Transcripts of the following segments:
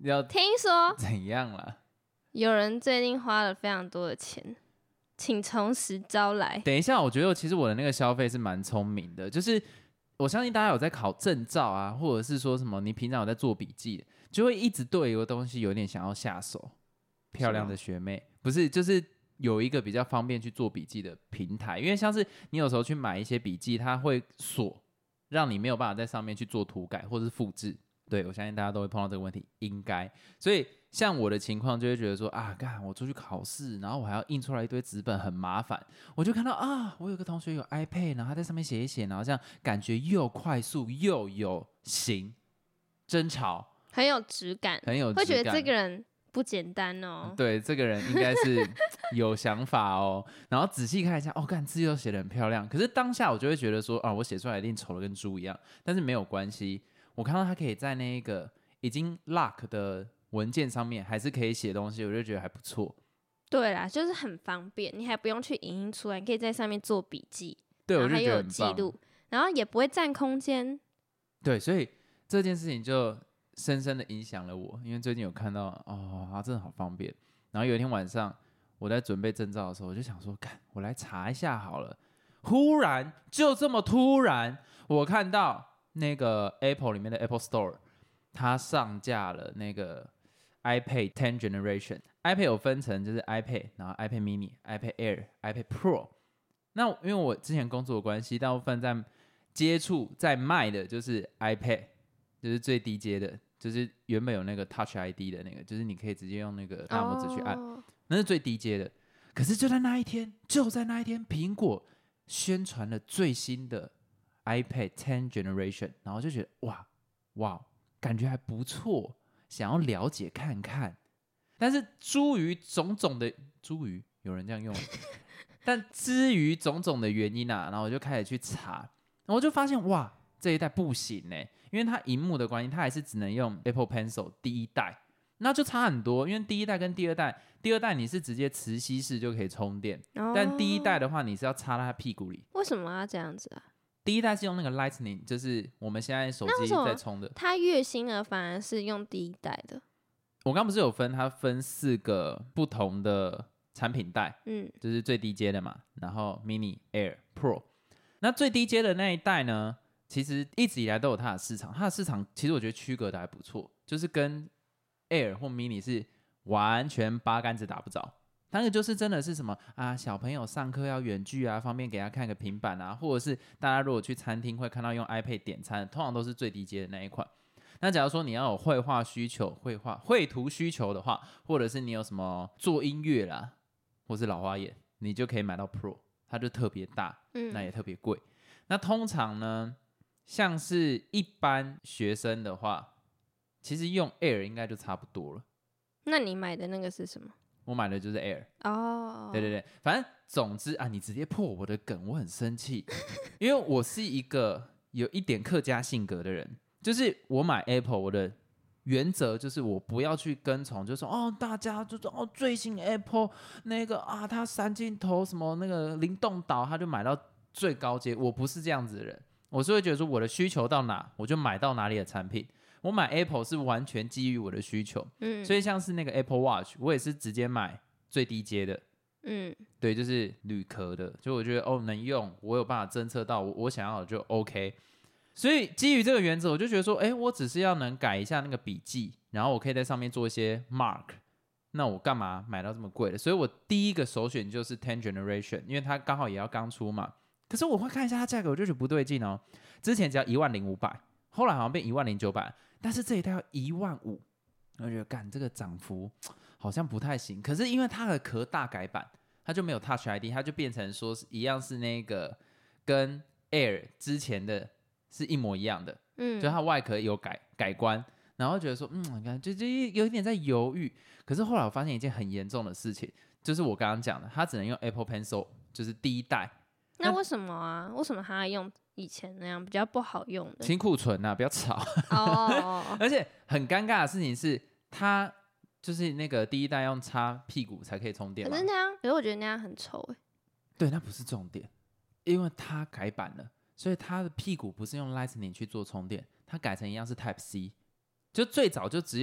要听说怎样啦？ 有人最近花了非常多的钱，请从实招来。 等一下，我觉得其实我的那个消费是蛮聪明的，就是我相信大家有在考证照啊，或者是说什么你平常有在做笔记的，就会一直对有个东西有点想要下手。漂亮的学妹，不是就是有一个比较方便去做笔记的平台，因为像是你有时候去买一些笔记，它会锁，让你没有办法在上面去做涂改或是复制。对，我相信大家都会碰到这个问题，应该。所以像我的情况就会觉得说啊，干我出去考试，然后我还要印出来一堆纸本，很麻烦。我就看到啊，我有个同学有 iPad， 然后他在上面写一写，然后这样感觉又快速又有型，真潮， 很有质感， 很有质感， 会觉得这个人不简单哦。 对，这个人应该是有想法哦。然后仔细看一下，哦，干字又写得很漂亮。可是当下我就会觉得说，啊，我写出来一定丑得跟猪一样。但是没有关系，我看到他可以在那个已经 lock 的文件上面，还是可以写东西，我就觉得还不错。 对啦，就是很方便，你还不用去影印出来，你可以在上面做笔记。 对，我就还有觉得很棒。 记录，然后也不会占空间。 对，所以这件事情就深深的影响了我，因为最近有看到哦，它真的好方便。然后有一天晚上我在准备证照的时候，我就想说，干，我来查一下好了。忽然就这么突然，我看到那个 Apple 里面的 Apple Store， 它上架了那个 iPad 10 Generation。iPad 有分成就是 iPad， 然后 iPad mini、iPad Air、iPad Pro。那因为我之前工作的关系，大部分在接触在卖的就是 iPad， 就是最低阶的，就是原本有那个 Touch ID 的那个，就是你可以直接用那个大拇指去按，那是最低阶的。可是就在那一天，苹果宣传了最新的 iPad 10 Generation， 然后就觉得哇，感觉还不错，想要了解看看。但是诸于种种的有人这样用吗？但至于种种的原因啊，然后我就开始去查，然后我就发现哇，这一代不行欸，因为它萤幕的关系，它还是只能用 Apple Pencil 第一代，那就差很多。因为第一代跟第二代你是直接磁吸式就可以充电，但第一代的话你是要插到它屁股里。 为什么要这样子啊？ 第一代是用那个 Lightning， 就是我们现在手机在充的。 它越新的反而是用第一代的。 我刚不是有它分4个不同的产品带，就是最低阶的嘛，然后 mini Air Pro。那最低阶的那一代呢，其实一直以来都有它的市场，它的市场其实我觉得区隔的还不错，就是跟 Air 或 mini 是完全八竿子打不着。那个就是真的是什么啊，小朋友上课要远距啊，方便给他看个平板啊，或者是大家如果去餐厅会看到用 iPad 点餐，通常都是最低阶的那一款。那假如说你要有绘画需求、绘图需求的话，或者是你有什么做音乐啦，或是老花眼，你就可以买到 Pro， 它就特别大，那也特别贵。那通常呢，像是一般学生的话，其实用 Air 应该就差不多了。 那你买的那个是什么？ 我买的就是 Air。 哦， 对，反正总之啊，你直接破我的梗，我很生气，因为我是一个有一点客家性格的人。就是我买 Apple， 我的原则就是我不要去跟从，就是说哦，大家就说哦，最新 Apple 那个啊，它3镜头什么那个灵动岛，他就买到最高阶。我不是这样子的人，我是会觉得说我的需求到哪，我就买到哪里的产品。我买 Apple 是完全基于我的需求，所以像是那个 Apple Watch， 我也是直接买最低阶的，对，就是铝壳的，就我觉得哦能用，我有办法侦测到我想要的就 OK。所以基于这个原则，我就觉得说，我只是要能改一下那个笔记，然后我可以在上面做一些 mark， 那我干嘛买到这么贵的？所以我第一个首选就是 10 Generation， 因为它刚好也要刚出嘛。可是我会看一下它价格，我就觉得不对劲哦。之前只要10500，后来好像变10900，但是这一代要15000，我就觉得干这个涨幅好像不太行。可是因为它的壳大改版，它就没有 Touch ID， 它就变成说是一样是那个跟 Air 之前的。是一模一样的，就它外壳有改观，然后觉得说，你看，就有一点在犹豫。可是后来我发现一件很严重的事情，就是我刚刚讲的，它只能用 Apple Pencil， 就是第一代。 那为什么啊？为什么它用以前那样比较不好用的？ 清库存啊，不要吵。而且很尴尬的事情是，它就是那个第一代用插屁股才可以充电嘛。 可是我觉得那样很丑欸。 对，那不是重点，因为它改版了。所以它的屁股不是用 Lightning 去做充电，它改成一样是 Type C， 就最早就只有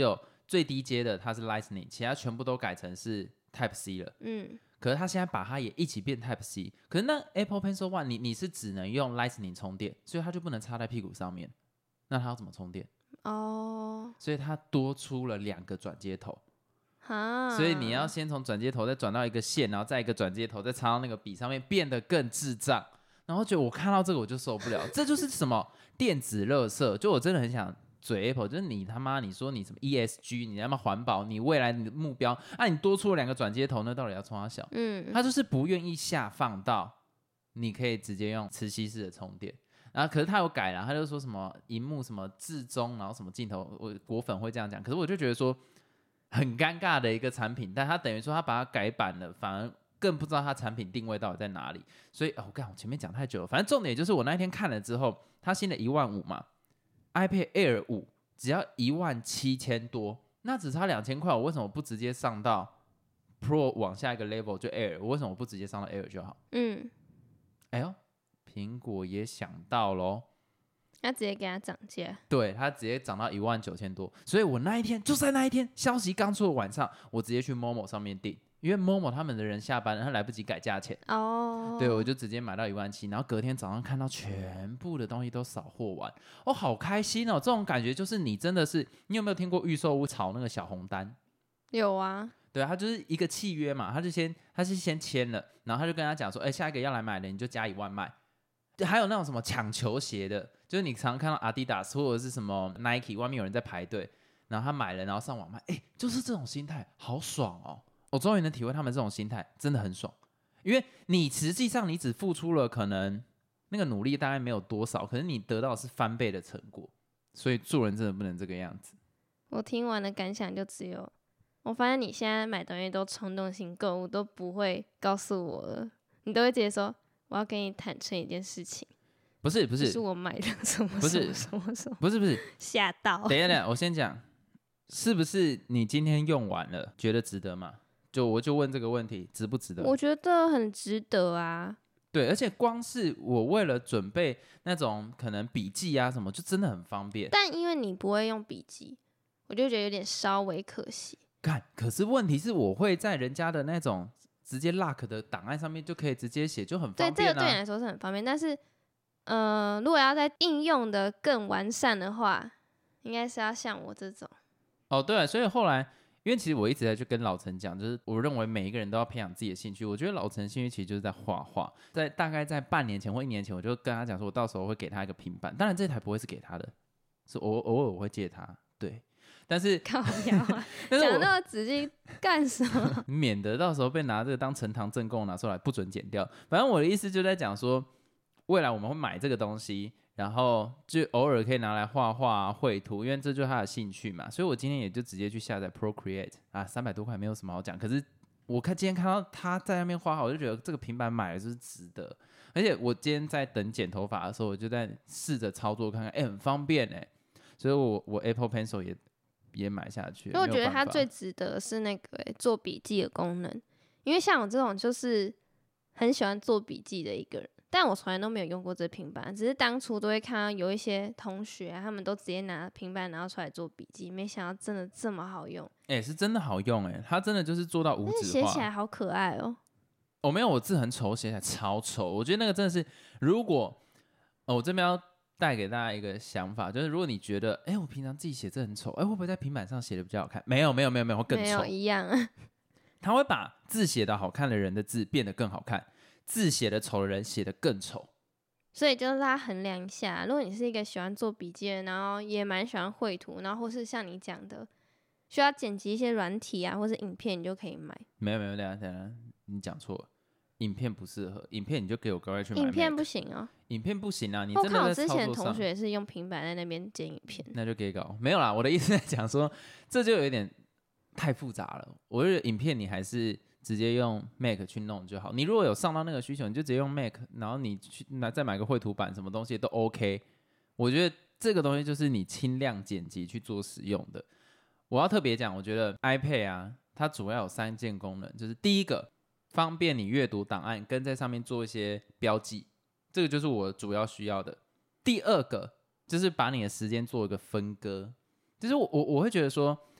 最低阶的它是 Lightning， 其他全部都改成是 Type C 了。可是他现在把它也一起变 Type C， 可是那 Apple Pencil One 你是只能用 Lightning 充电，所以它就不能插在屁股上面。那它要怎么充电？所以它多出了2个转接头。所以你要先从转接头再转到一个线，然后再一个转接头再插到那个笔上面，变得更智障。然后觉得我看到这个我就受不了，这就是什么电子垃圾。就我真的很想嘴 Apple， 就是你他妈你说你什么 ESG， 你他妈环保，你未来你的目标，你多出了2个转接头，那到底要冲它小？他就是不愿意下放到你可以直接用磁吸式的充电。然后可是他有改了，他就说什么萤幕什么至中，然后什么镜头，我果粉会这样讲。可是我就觉得说很尴尬的一个产品，但他等于说他把它改版了，反而更不知道它产品定位到底在哪里。所以我前面讲太久了，反正重点就是我那一天看了之后，它新的15000嘛 ，iPad Air 5只要17000多，那只差2000块，我为什么不直接上到 Pro 往下一个 level 就 Air？ 我为什么不直接上到 Air 就好？哎呦，苹果也想到咯， 他直接给他涨价， 对，他直接涨到19000多，所以我那一天就在那一天消息刚出的晚上，我直接去 Momo 上面订，因为 Momo 他们的人下班了，他来不及改价钱对，我就直接买到17000，然后隔天早上看到全部的东西都扫货完，好开心哦！这种感觉就是你真的是，你有没有听过预售屋炒那个小红单？ 有啊。 对，他就是一个契约嘛，他是先签了，然后他就跟他讲说，下一个要来买的你就加1万卖。还有那种什么抢球鞋的，就是你常常看到 Adidas 或者是什么 Nike 外面有人在排队，然后他买了然后上网卖，就是这种心态，好爽哦！我终于能体会他们这种心态，真的很爽。因为你实际上你只付出了可能那个努力大概没有多少，可是你得到的是翻倍的成果，所以做人真的不能这个样子。 我听完的感想就只有，我发现你现在买东西都冲动性购物，都不会告诉我了，你都会直接说我要跟你坦诚一件事情， 不是是我买的什么什么什么什么， 不是吓到。 等一下，我先讲，是不是你今天用完了觉得值得吗？我就问这个问题，值不值得？ 我觉得很值得啊。 对，而且光是我为了准备那种可能笔记啊什么，就真的很方便。 但因为你不会用笔记，我就觉得有点稍微可惜。 可是问题是我会在人家的那种直接 lock 的档案上面就可以直接写，就很方便啊。 对，这个对你来说是很方便，但是如果要在应用的更完善的话，应该是要像我这种。 对，所以后来因为其实我一直在去跟老陈讲，就是我认为每一个人都要培养自己的兴趣。我觉得老陈兴趣其实就是在画画，大概在半年前或1年前，我就跟他讲说，我到时候会给他一个平板，当然这台不会是给他的，是偶尔我会借他，对。但是靠腰啊，讲那个纸巾干什么？ 免得到时候被拿这个当呈堂证供拿出来，不准剪掉。反正我的意思就在讲说，未来我们会买这个东西，然后就偶尔可以拿来画画、绘图，因为这就是他的兴趣嘛。所以我今天也就直接去下载 Procreate 啊，300多块没有什么好讲。可是我今天看到他在那边画画，我就觉得这个平板买了就是值得。而且我今天在等剪头发的时候，我就在试着操作看看，很方便所以我 Apple Pencil 也买下去。 因为我觉得它最值得是那个做笔记的功能，因为像我这种就是很喜欢做笔记的一个人，但我从来都没有用过这平板，只是当初都会看到有一些同学他们都直接拿平板然后出来做笔记，没想到真的这么好用。 是真的好用它真的就是做到无纸化， 写起来好可爱哦。 没有，我字很丑，写起来超丑。我觉得那个真的是，如果我这边要带给大家一个想法，就是如果你觉得我平常自己写字很丑，会不会在平板上写的比较好看？没有，会更丑。 没有一样他会把字写的好看的人的字变得更好看，字写的丑的人写的更丑。 所以就是大家衡量一下，如果你是一个喜欢做笔记的，然后也蛮喜欢绘图，然后或是像你讲的需要剪辑一些软体啊或是影片，你就可以买。 没有，等一下你讲错了，影片不适合，影片你就给我赶快去买 Mac。 影片不行哦， 影片不行啊，你真的在我操作上。 之前同学也是用平板在那边剪影片， 那就给搞。没有啦，我的意思在讲说，这就有点太复杂了。我觉得影片你还是直接用 Mac 去弄就好。你如果有上到那个需求，你就直接用 Mac， 然后你去再买个绘图板，什么东西都 OK。我觉得这个东西就是你轻量剪辑去做使用的。我要特别讲，我觉得 iPad 啊，它主要有3件功能，就是第一个，方便你阅读档案，跟在上面做一些标记，这个就是我主要需要的。第二个就是把你的时间做一个分割，就是我会觉得说，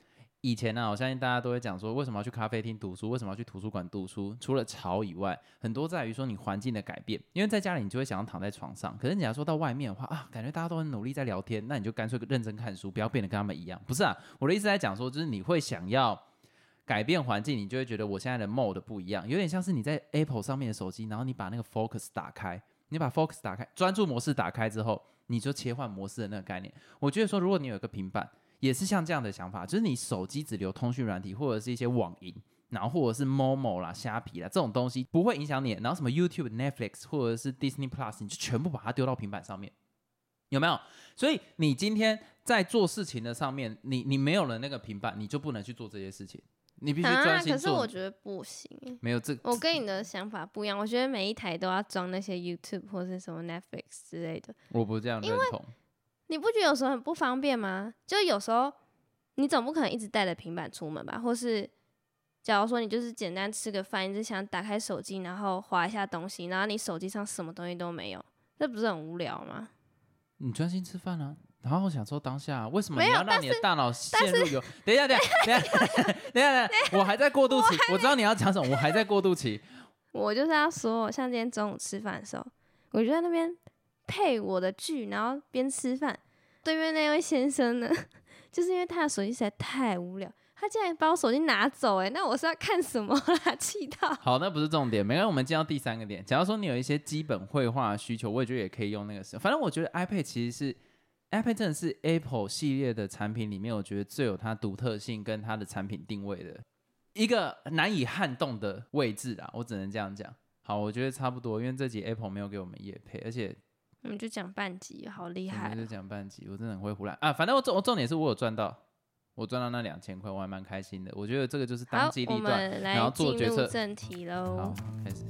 以前呢、我相信大家都会讲说，为什么要去咖啡厅读书，为什么要去图书馆读书？除了潮以外，很多在于说你环境的改变。因为在家里你就会想要躺在床上，可是你假如说到外面的话啊，感觉大家都很努力在聊天，那你就干脆认真看书，不要变得跟他们一样。不是啊，我的意思在讲说，就是你会想要改变环境，你就会觉得我现在的 mode 不一样，有点像是你在 Apple 上面的手机，然后你把那个 Focus 打开，你把 Focus 打开，专注模式打开之后，你就切换模式的那个概念。我觉得说，如果你有一个平板，也是像这样的想法，就是你手机只留通讯软体或者是一些网银，然后或者是 Momo 啦、虾皮啦这种东西不会影响你，然后什么 YouTube、Netflix 或者是 Disney Plus， 你就全部把它丢到平板上面，有没有？所以你今天在做事情的上面，你没有了那个平板，你就不能去做这些事情，你必须专心做。 可是我觉得不行， 没有这， 我跟你的想法不一样。我觉得每一台都要装那些 YouTube 或是什么 Netflix 之类的。 我不这样认同。 你不觉得有时候很不方便吗？就有时候你总不可能一直带着平板出门吧？或是假如说你就是简单吃个饭，你只想打开手机，然后滑一下东西，然后你手机上什么东西都没有，这不是很无聊吗？ 你专心吃饭啊，然后享受当下，为什么你要让你的大脑陷入有？等一下，我还在过渡期，我知道你要讲什么，我还在过渡期。 我就是要说，像今天中午吃饭的时候，我就在那边配我的剧，然后边吃饭。对面那位先生呢，就是因为他的手机实在太无聊，他竟然把我手机拿走，那我是要看什么啦？气到。 好，那不是重点，没关系，我们进到第三个点。假如说你有一些基本绘画的需求，我也觉得也可以用那个时候。反正我觉得 iPad 其实是 iPad 真的是 Apple 系列的产品里面，我觉得最有它独特性跟它的产品定位的一个难以撼动的位置啦，我只能这样讲。好，我觉得差不多，因为这集 Apple 没有给我们业配，而且我们就讲半集，好厉害、 我们就讲半集，我真的很会胡乱啊。反正我重点是我有赚到，我赚到那2000块，我还蛮开心的。我觉得这个就是当机立断，然后做决策。 好，我们来进入正题喽。 好，开始。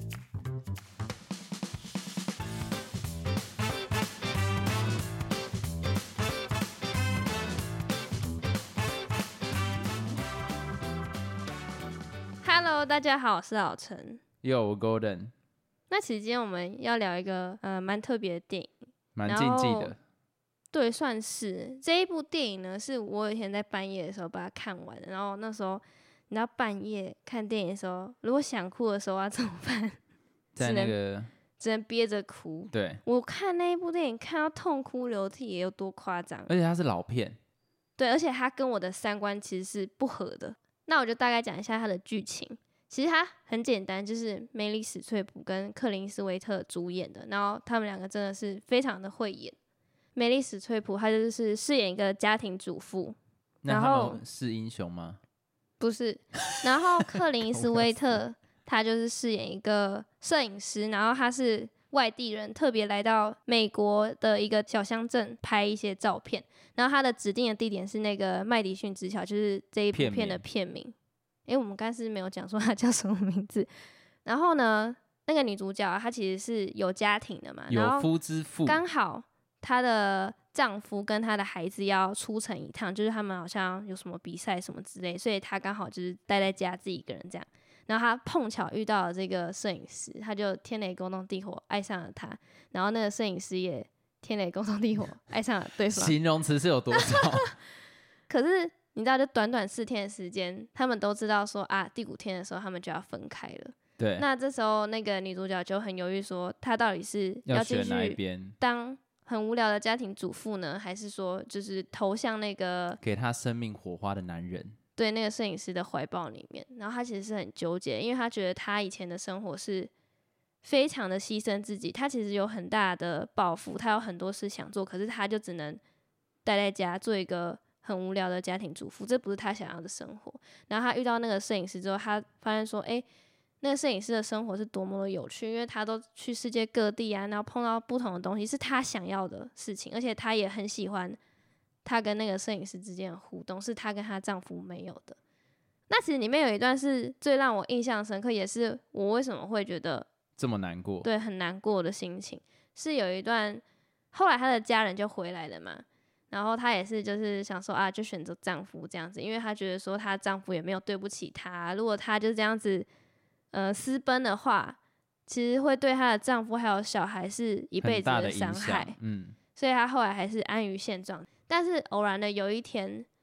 Hello， 大家好，我是老陈。 Yo Golden。 那其实今天我们要聊一个蛮特别的电影， 蛮禁忌的。 对，算是这一部电影呢，是我有一天在半夜的时候把它看完的。然后那时候你知道半夜看电影的时候，如果想哭的时候要怎么办？ 在那个只能憋着哭。 对， 我看那一部电影看到痛哭流涕也有多夸张， 而且它是老片。 对，而且它跟我的三观其实是不合的。那我就大概讲一下它的剧情。其实它很简单，就是梅丽史翠普跟克林斯威特主演的，然后他们两个真的是非常的会演。梅丽史翠普她就是饰演一个家庭主妇， 那他们是英雄吗？ 不是。然后克林斯威特他就是饰演一个摄影师，然后他是外地人，特别来到美国的一个小乡镇拍一些照片。然后他的指定的地点是那个麦迪逊之桥，就是这一部片的片名。我们刚才是没有讲说她叫什么名字。然后呢，那个女主角她其实是有家庭的嘛， 有夫之妇， 刚好她的丈夫跟她的孩子要出城一趟，就是他们好像有什么比赛什么之类，所以她刚好就是待在家自己一个人这样。然后她碰巧遇到了这个摄影师，她就天雷勾动地火爱上了他，然后那个摄影师也天雷勾动地火爱上了对方。 形容词是有多少？ 可是你知道，就短短4天的时间，他们都知道说啊，第5天的时候他们就要分开了。 对。 那这时候那个女主角就很犹豫，说她到底是要继续当很无聊的家庭主妇呢，还是说就是投向那个给她生命火花的男人？ 对，那个摄影师的怀抱里面。然后她其实是很纠结，因为她觉得她以前的生活是非常的牺牲自己，她其实有很大的抱负，她有很多事想做，可是她就只能待在家做一个很无聊的家庭主妇，这不是他想要的生活。然后他遇到那个摄影师之后，他发现说，那个摄影师的生活是多么的有趣，因为他都去世界各地啊，然后碰到不同的东西，是他想要的事情，而且他也很喜欢他跟那个摄影师之间的互动，是她跟她丈夫没有的。那其实里面有一段是最让我印象深刻，也是我为什么会觉得这么难过， 对，很难过的心情，是有一段后来她的家人就回来了嘛。然后她也是就是想说啊，就选择丈夫这样子，因为她觉得说她丈夫也没有对不起她，如果她就这样子私奔的话，其实会对她的丈夫还有小孩是一辈子的伤害。所以她后来还是安于现状。但是偶然的有一天，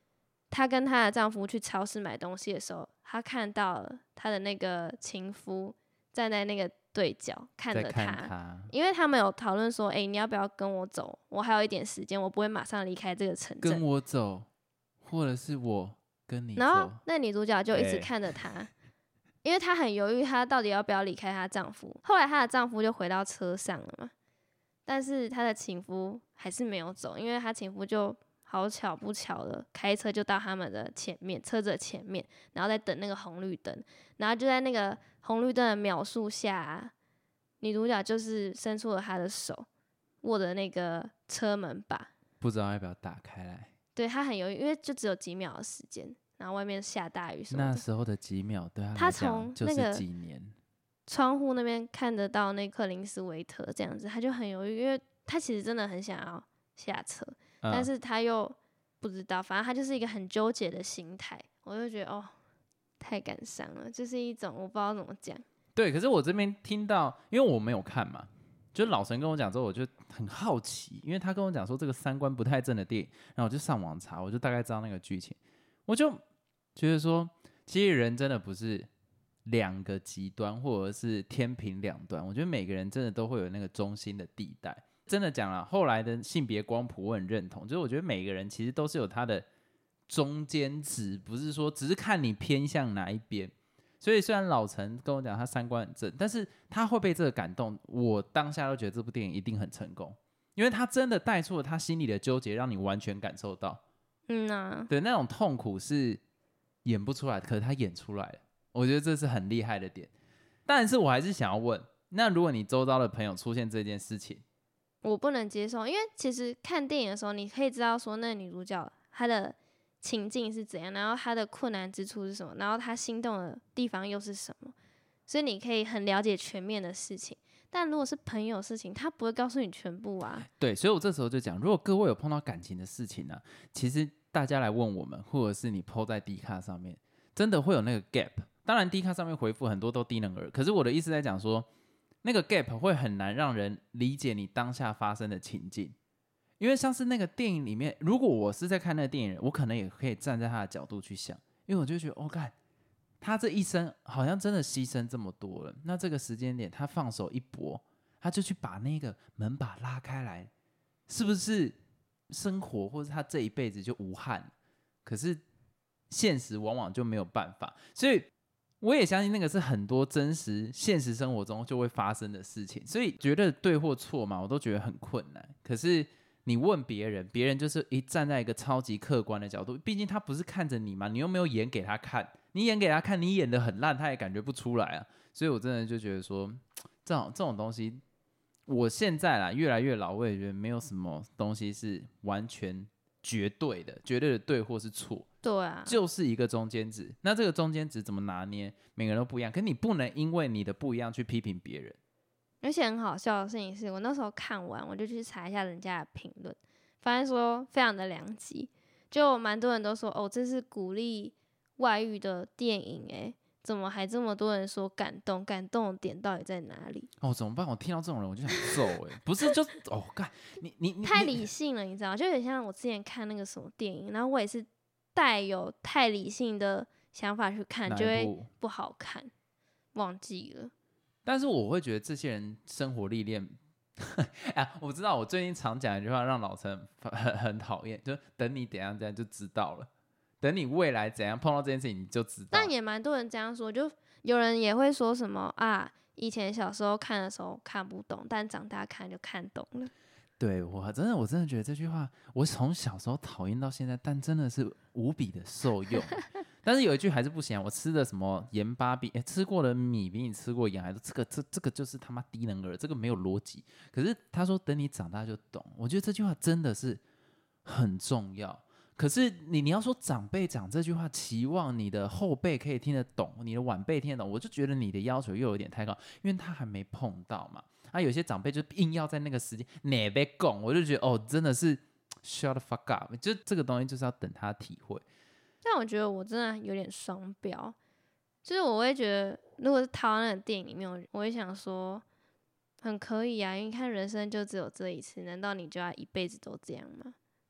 她跟她的丈夫去超市买东西的时候，她看到了她的那个情夫站在那个对角看着她，因为他们有讨论说，你要不要跟我走？我还有一点时间，我不会马上离开这个城镇。 跟我走，或者是我跟你走。 然后那女主角就一直看着她，因为她很犹豫，她到底要不要离开她丈夫。后来她的丈夫就回到车上了嘛，但是她的情夫还是没有走，因为她情夫就好巧不巧的开车就到他们的前面，车子的前面，然后在等那个红绿灯，然后就在那个红绿灯的秒数下，女主角就是伸出了她的手，握着那个车门把， 不知道要不要打开来。 对，她很犹豫，因为就只有几秒的时间，然后外面下大雨什么的。 那时候的几秒对她她来讲就是从那个几年。 窗户那边看得到那克林斯维特这样子，她就很犹豫，因为她其实真的很想要下车，但是她又不知道，反正她就是一个很纠结的心态。我就觉得哦，太感伤了，就是一种我不知道怎么讲。 对，可是我这边听到，因为我没有看嘛，就是老陈跟我讲之后，我就很好奇，因为他跟我讲说这个三观不太正的电影，然后我就上网查，我就大概知道那个剧情，我就觉得说，其实人真的不是两个极端，或者是天平两端，我觉得每个人真的都会有那个中心的地带。真的讲了，后来的性别光谱我很认同，就是我觉得每个人其实都是有他的中间值，不是说只是看你偏向哪一边。所以虽然老陈跟我讲他三观很正，但是他会被这个感动，我当下都觉得这部电影一定很成功，因为他真的带出了他心里的纠结，让你完全感受到。对，那种痛苦是演不出来的，可是他演出来了，我觉得这是很厉害的点。但是我还是想要问，那如果你周遭的朋友出现这件事情， 我不能接受，因为其实看电影的时候，你可以知道说那个女主角她的情境是怎样，然后她的困难之处是什么，然后她心动的地方又是什么，所以你可以很了解全面的事情。但如果是朋友的事情，他不会告诉你全部啊。 对，所以我这时候就讲，如果各位有碰到感情的事情呢、其实大家来问我们，或者是你 po 在 D 卡上面，真的会有那个 gap。当然 D 卡上面回复很多都低能儿，可是我的意思在讲说，那个 gap 会很难让人理解你当下发生的情境。因为像是那个电影里面，如果我是在看那个电影，我可能也可以站在他的角度去想，因为我就觉得，哦，干，他这一生好像真的牺牲这么多了，那这个时间点他放手一搏，他就去把那个门把拉开来，是不是生活或是他这一辈子就无憾？可是现实往往就没有办法，所以我也相信那个是很多真实现实生活中就会发生的事情，所以觉得对或错嘛，我都觉得很困难。可是你问别人，别人就是站在一个超级客观的角度，毕竟他不是看着你嘛，你又没有演给他看，你演给他看，你演得很烂，他也感觉不出来啊。所以我真的就觉得说，这种东西，我现在啦越来越老，我也觉得没有什么东西是完全绝对的对或是错。 对啊， 就是一个中间值。那这个中间值怎么拿捏，每个人都不一样。可是你不能因为你的不一样去批评别人。 而且很好笑的事情是，我那时候看完，我就去查一下人家的评论，发现说非常的良极，就蛮多人都说，哦，这是鼓励外遇的电影，怎么还这么多人说感动？感动的点到底在哪里？ 哦，怎么办？我听到这种人，我就想揍不是就哦，干你太理性了，你知道，就有点像我之前看那个什么电影，然后我也是带有太理性的想法去看，就会不好看，忘记了。 但是我会觉得这些人生活历练，哎，我知道我最近常讲一句话，让老陈很讨厌，就等你怎样怎样就知道了，等你未来怎样碰到这件事情你就知道了。 但也蛮多人这样说，就有人也会说什么啊，以前小时候看的时候看不懂，但长大看就看懂了。 对，我真的觉得这句话，我从小时候讨厌到现在，但真的是无比的受用。但是有一句还是不行，我吃的什么盐巴吃过的米比你吃过盐还多，这个就是他妈低能儿，这个没有逻辑。可是他说等你长大就懂，我觉得这句话真的是很重要。可是你要说长辈讲这句话，期望你的后辈可以听得懂，你的晚辈听得懂，我就觉得你的要求又有点太高，因为他还没碰到嘛。有些长辈就硬要在那个时间哪被拱，我就觉得哦，真的是 shut the fuck up， 就这个东西就是要等他体会。 但我觉得我真的有点双标，就是我会觉得，如果是套到那个电影里面，我会想说，很可以啊，因为看人生就只有这一次，难道你就要一辈子都这样吗？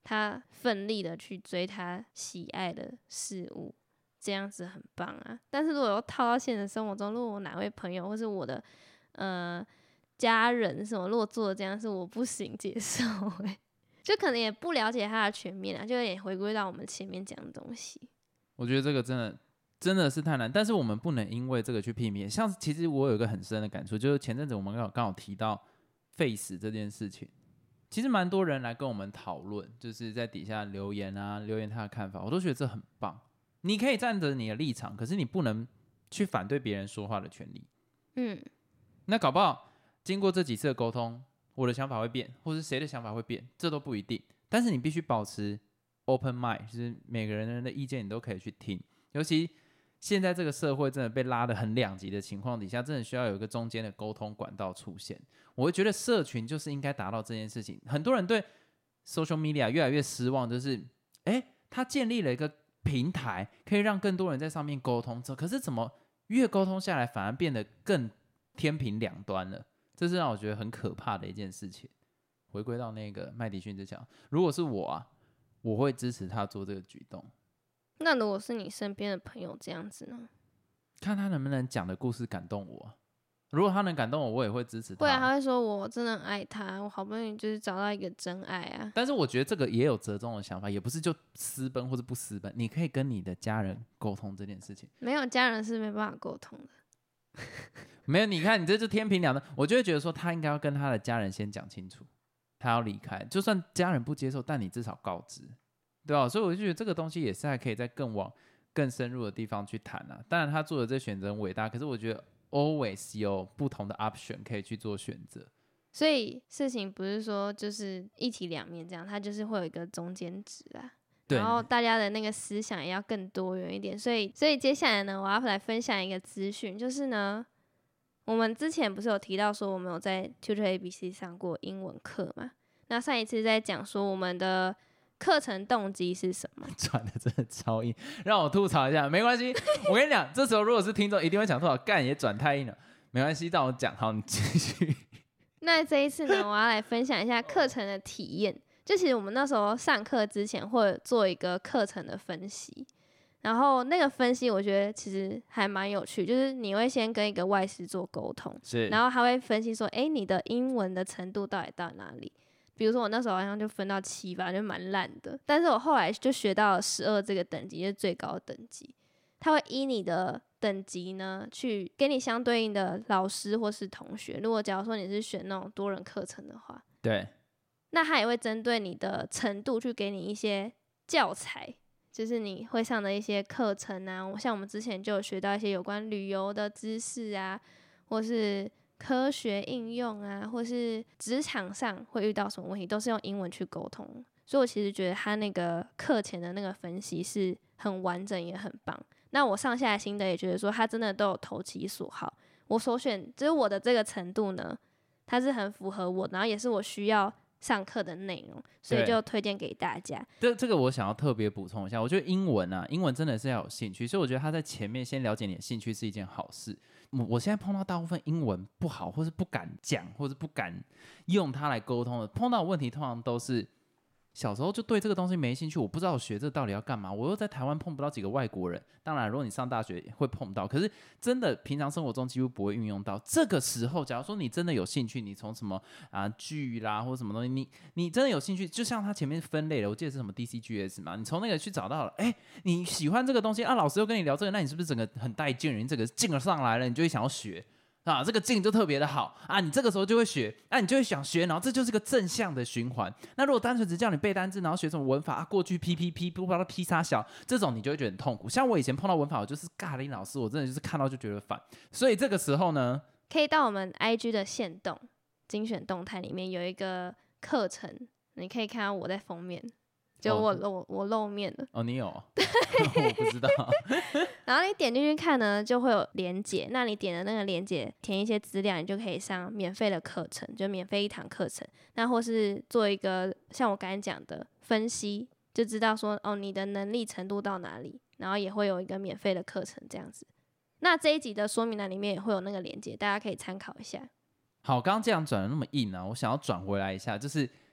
他奋力的去追他喜爱的事物，这样子很棒啊。但是如果要套到现实生活中，如果我哪位朋友或是我的家人什么，如果做的这样是我不行接受就可能也不了解他的全面啊，就有点回归到我们前面讲的东西。 我觉得这个真的是太难，但是我们不能因为这个去避免。像其实我有一个很深的感触，就是前阵子我们刚好提到 face 这件事情，其实蛮多人来跟我们讨论，就是在底下留言他的看法，我都觉得这很棒。你可以站着你的立场，可是你不能去反对别人说话的权利。那搞不好经过这几次的沟通，我的想法会变，或是谁的想法会变，这都不一定。但是你必须保持 open mind， 就是每个人的意见你都可以去听。尤其现在这个社会真的被拉得很两极的情况底下，真的需要有一个中间的沟通管道出现。我会觉得社群就是应该达到这件事情。很多人对 social media 越来越失望，就是他建立了一个平台，可以让更多人在上面沟通，可是怎么越沟通下来反而变得更天平两端了，这是让我觉得很可怕的一件事情。回归到那个麦迪逊之讲，如果是我啊，我会支持他做这个举动。 那如果是你身边的朋友这样子呢？ 看他能不能讲的故事感动我。如果他能感动我，我也会支持他。 不然他会说我真的很爱他，我好不容易就是找到一个真爱啊。 但是我觉得这个也有折中的想法，也不是就私奔或是不私奔，你可以跟你的家人沟通这件事情。 没有家人是没办法沟通的。 没有，你看你这就天平两端，我就会觉得说他应该要跟他的家人先讲清楚，他要离开，就算家人不接受，但你至少告知，对吧？所以我就觉得这个东西也是还可以再更往更深入的地方去谈啊。当然他做的这选择很伟大，可是我觉得 always 有不同的 option 可以去做选择。 所以事情不是说就是一体两面这样，它就是会有一个中间值啊。然后大家的那个思想也要更多元一点。所以接下来呢，我要来分享一个资讯，就是呢，我们之前不是有提到说我们有在 Tutor ABC 上过英文课嘛？那上一次在讲说我们的课程动机是什么？ 转的真的超硬，让我吐槽一下，没关系。我跟你讲，这时候如果是听众，一定会想吐槽，干也转太硬了，没关系，让我讲。好，你继续。 那这一次呢，我要来分享一下课程的体验。就其实我们那时候上课之前会做一个课程的分析，然后那个分析我觉得其实还蛮有趣，就是你会先跟一个外师做沟通，然后他会分析说，你的英文的程度到底到哪里？比如说我那时候好像就分到7吧，就蛮烂的。但是我后来就学到了12这个等级，就是最高的等级。他会依你的等级呢，去给你相对应的老师或是同学。如果假如说你是选那种多人课程的话， 对， 那他也会针对你的程度去给你一些教材，就是你会上的一些课程啊。像我们之前就有学到一些有关旅游的知识啊，或是科学应用啊，或是职场上会遇到什么问题，都是用英文去沟通。所以我其实觉得他那个课前的那个分析是很完整也很棒。那我上下来心得也觉得说他真的都有投其所好。我所选就是我的这个程度呢，它是很符合我，然后也是我需要上课的内容，所以就推荐给大家。 这个我想要特别补充一下，我觉得英文真的是要有兴趣，所以我觉得他在前面先了解你的兴趣是一件好事。我现在碰到大部分英文不好，或是不敢讲，或是不敢用它来沟通的，碰到的问题通常都是小时候就对这个东西没兴趣，我不知道我学这到底要干嘛。我又在台湾碰不到几个外国人，当然如果你上大学会碰到，可是真的平常生活中几乎不会运用到。这个时候假如说你真的有兴趣，你从什么剧啦或者什么东西，你真的有兴趣，就像他前面分类了，我记得是什么 DCGS 嘛，你从那个去找到了，你喜欢这个东西老师又跟你聊这个，那你是不是整个很带劲，你整个劲儿上来了，你就会想要学这个劲就特别的好你这个时候就会学你就会想学，然后这就是个正向的循环。那如果单纯只叫你背单字，然后学什么文法过去 PPP 不知道 P 啥小，这种你就会觉得很痛苦。像我以前碰到文法，我就是尬林老师，我真的就是看到就觉得烦。所以这个时候呢， 可以到我们 IG 的限动精选动态里面有一个课程，你可以看到我在封面，就我露面了。 你有？我不知道。 然后你点进去看呢，就会有连结。那你点的那个连结，填一些资料，你就可以上免费的课程，就免费1堂课程。那或是做一个像我刚才讲的分析，就知道说你的能力程度到哪里，然后也会有一个免费的课程这样子。那这一集的说明栏里面也会有那个连结，大家可以参考一下。 好，刚刚这样转的那么硬我想要转回来一下，就是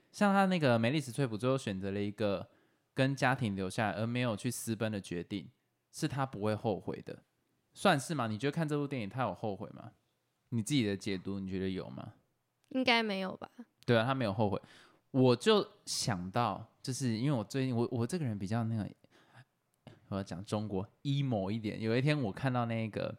像他那个梅丽史翠普最后选择了一个跟家庭留下来而没有去私奔的决定，是他不会后悔的，算是吗？你觉得看这部电影他有后悔吗？你自己的解读你觉得有吗？ 应该没有吧？ 对啊，他没有后悔。我就想到，就是因为我最近我这个人比较那个，我要讲中国 emo 一点。有一天我看到那个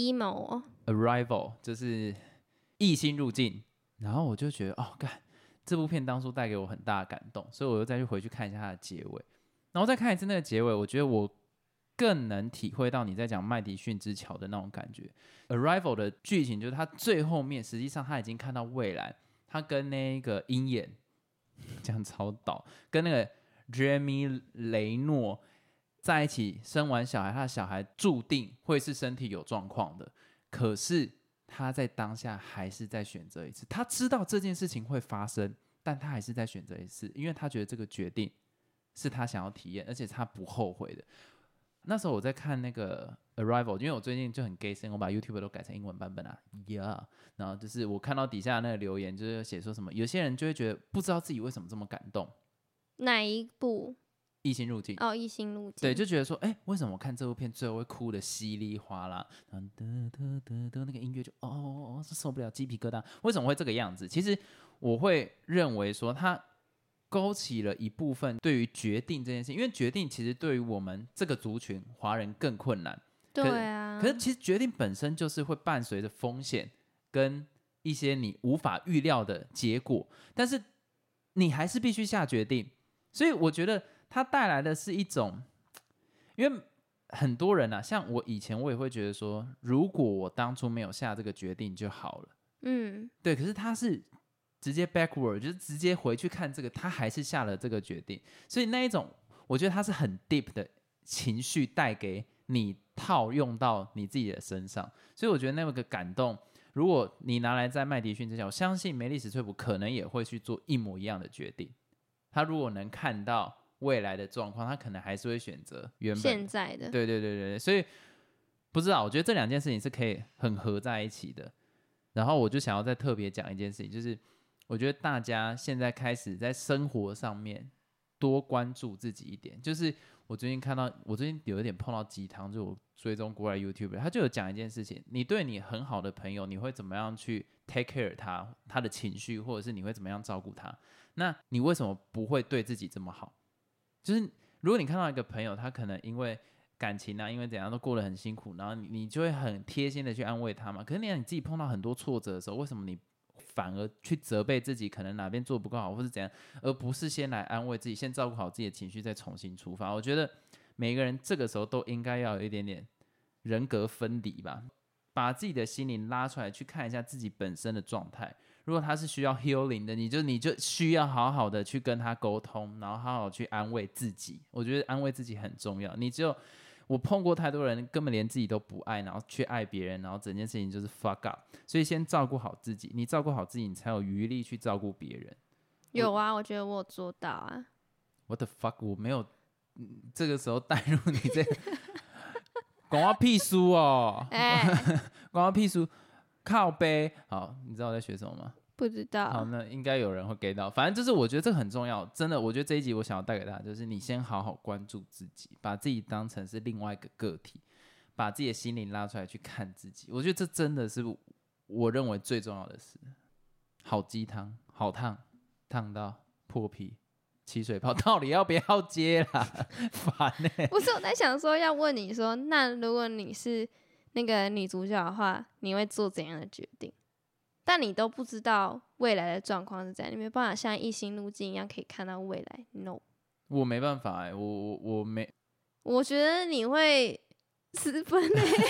emo Arrival， 就是异星入境，然后我就觉得哦，干这部片当初带给我很大的感动，所以我又再去回去看一下它的结尾，然后再看一次那个结尾，我觉得我更能体会到你在讲麦迪逊之桥的那种感觉。Arrival 的剧情就是他最后面，实际上他已经看到未来，他跟那个鹰眼这样超导，跟那个 Jeremy 雷诺在一起生完小孩，他的小孩注定会是身体有状况的，可是他在当下还是在选择一次，他知道这件事情会发生，但他还是在选择一次，因为他觉得这个决定是他想要体验，而且他不后悔的。那时候我在看那个 Arrival， 因为我最近就很 gay 声，我把 YouTube 都改成英文版本啊 ，Yeah。然后就是我看到底下那个留言，就是写说什么，有些人就会觉得不知道自己为什么这么感动。 哪一部？ 异星入境。 哦，异星入境。 对，就觉得说，哎，为什么我看这部片最后会哭的稀里哗啦，然后那个音乐就受不了鸡皮疙瘩，为什么会这个样子？其实我会认为说，他勾起了一部分对于决定这件事，因为决定其实对于我们这个族群华人更困难。 对啊， 可是其实决定本身就是会伴随着风险跟一些你无法预料的结果，但是你还是必须下决定。所以我觉得它带来的是一种，因为很多人啊，像我以前我也会觉得说，如果我当初没有下这个决定就好了。对，可是他是直接 backward， 就是直接回去看这个，他还是下了这个决定，所以那一种我觉得他是很 deep 的情绪带给你，套用到你自己的身上，所以我觉得那个感动，如果你拿来在麦迪逊之前，我相信梅丽史翠普可能也会去做一模一样的决定。他如果能看到未来的状况，他可能还是会选择原本现在的。 对，所以不知道，我觉得这两件事情是可以很合在一起的。然后我就想要再特别讲一件事情，就是我觉得大家现在开始在生活上面多关注自己一点。就是我最近看到，我最近有一点碰到鸡汤，就我追踪国外 YouTuber， 他就有讲一件事情：你对你很好的朋友，你会怎么样去 take care 他的情绪，或者是你会怎么样照顾他？那你为什么不会对自己这么好？就是如果你看到一个朋友，他可能因为感情啊，因为怎样都过得很辛苦，然后你就会很贴心的去安慰他嘛。可是你自己碰到很多挫折的时候，为什么你反而去责备自己，可能哪边做不够好，或是怎样，而不是先来安慰自己，先照顾好自己的情绪，再重新出发？我觉得每个人这个时候都应该要有一点点人格分离吧，把自己的心灵拉出来，去看一下自己本身的状态。如果他是需要 healing 的，你就需要好好的去跟他沟通，然后好好去安慰自己。我觉得安慰自己很重要。我碰过太多人根本连自己都不爱，然后去爱别人，然后整件事情就是 fuck up。所以先照顾好自己，你照顾好自己，你才有余力去照顾别人。 有啊，我觉得我有做到啊。 What the fuck， 我没有这个时候带入你这个广告屁书哦，广告屁书靠背。好，你知道我在学什么吗？ 不知道。 好，那应该有人会 get 到。反正就是我觉得这个很重要，真的。我觉得这一集我想要带给大家，就是你先好好关注自己，把自己当成是另外一个个体，把自己的心灵拉出来去看自己。我觉得这真的是我认为最重要的事。好鸡汤，好烫，烫到破皮。起水泡到底要不要接啦？烦欸。 不是，我在想说要问你说，那如果你是那个女主角的话，你会做怎样的决定？但你都不知道未来的状况是怎样，你没办法像异星路径一样可以看到未来。No， 我没办法欸，我没。 我觉得你会私奔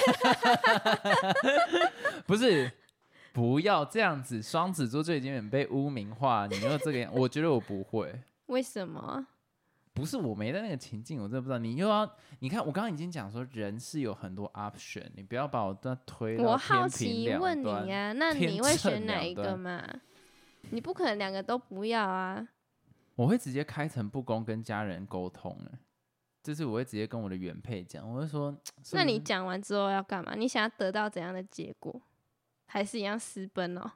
不是，不要这样子。双子座就已经很被污名化，你又这个样，我觉得我不会。 为什么？ 不是我没在那个情境，我真的不知道。你看，我刚刚已经讲说人是有很多 option， 你不要把我推到我好天平奇两端。 问你啊，那你会选哪一个嘛？你不可能两个都不要啊。 我会直接开诚布公跟家人沟通，就是我会直接跟我的原配讲，我会说， 那你讲完之后要干嘛？你想要得到怎样的结果？还是一样私奔哦？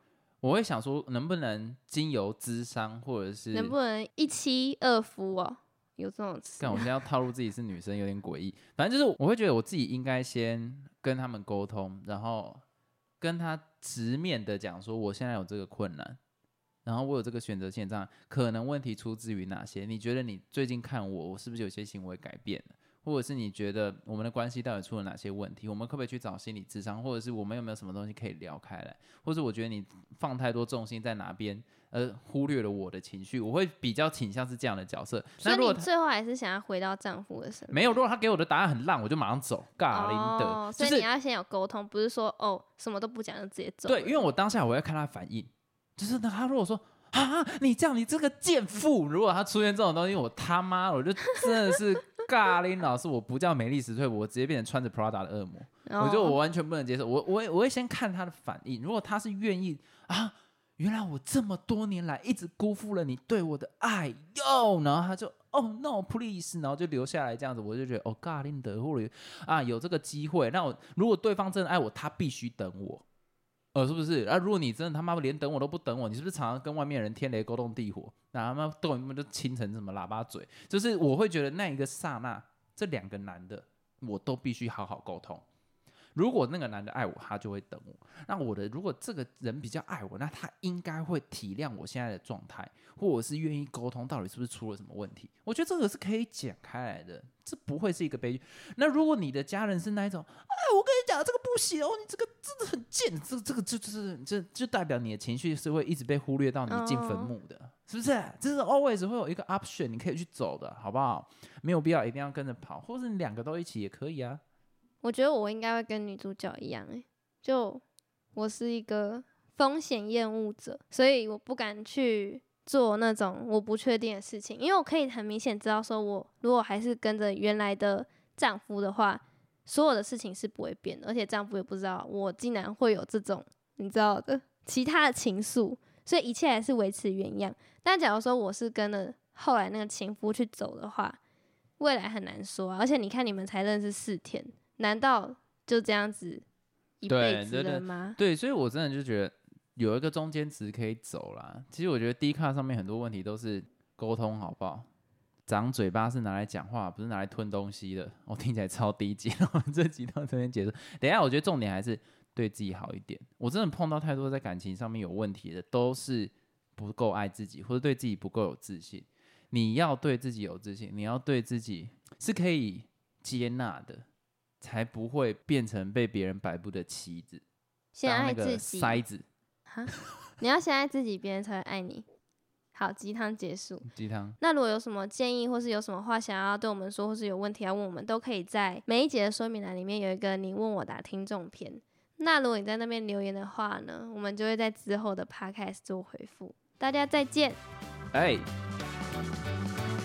我会想说，能不能经由咨商，或者是能不能一妻二夫哦？有这种词？ 干，我现在要套路自己是女生，有点诡异。反正就是我会觉得我自己应该先跟他们沟通，然后跟他直面的讲说，我现在有这个困难，然后我有这个选择性障碍，可能问题出自于哪些？你觉得你最近看我是不是有些行为改变了？或者是你觉得我们的关系到底出了哪些问题？我们可不可以去找心理咨商？或者是我们有没有什么东西可以聊开来？或者我觉得你放太多重心在哪边，忽略了我的情绪，我会比较倾向是这样的角色。 所以你最后还是想要回到丈夫的身边？ 没有，如果他给我的答案很烂，我就马上走，尬林的。 所以你要先有沟通，不是说什么都不讲就直接走。 对，因为我当下我要看他反应，就是他如果说啊你这样你这个贱妇，如果他出现这种东西，我他妈我就真的是尬林老师，我不叫美丽史翠，我直接变成穿着 Prada 的恶魔，我觉得我完全不能接受。我会先看他的反应，如果他是愿意啊。原来我这么多年来一直辜负了你对我的爱哟，然后他就no please， 然后就留下来这样子，我就觉得尬林德或者有这个机会，那我如果对方真的爱我，他必须等我，是不是？如果你真的他妈连等我都不等我，你是不是常常跟外面人天雷勾动地火，然后他妈动一动就亲成什么喇叭嘴？就是我会觉得那一个刹那，这两个男的我都必须好好沟通。如果那个男的爱我，他就会等我。那如果这个人比较爱我，那他应该会体谅我现在的状态，或者是愿意沟通到底是不是出了什么问题。我觉得这个是可以讲开来的，这不会是一个悲剧。那如果你的家人是那一种，我跟你讲这个不行哦，你这个真的很贱，这个就代表你的情绪是会一直被忽略到你进坟墓的，是不是？这是 always 会有一个 option 你可以去走的，好不好？没有必要一定要跟着跑，或者你两个都一起也可以啊。 我觉得我应该会跟女主角一样，就我是一个风险厌恶者，所以我不敢去做那种我不确定的事情，因为我可以很明显知道说，我如果还是跟着原来的丈夫的话，所有的事情是不会变的，而且丈夫也不知道我竟然会有这种你知道的其他的情愫，所以一切还是维持原样。但假如说我是跟了后来那个情夫去走的话，未来很难说而且你看你们才认识4天。难道就这样子一辈子了吗？ 对，所以我真的就觉得有一个中间值可以走啦。其实我觉得 Dcard 上面很多问题都是沟通，好不好？长嘴巴是拿来讲话，不是拿来吞东西的。我听起来超低级，我们这集到这边结束。等一下，我觉得重点还是对自己好一点。我真的碰到太多在感情上面有问题的，都是不够爱自己，或者对自己不够有自信。你要对自己有自信，你要对自己是可以接纳的。才不会变成被别人摆布的棋子， 先爱自己， 筛子。 你要先爱自己，别人才会爱你。好，鸡汤结束。 鸡汤。 那如果有什么建议，或是有什么话想要对我们说，或是有问题要问我们，都可以在每一节的说明栏里面有一个你问我答听众篇。那如果你在那边留言的话呢，我们就会在之后的 podcast 做回复。大家再见。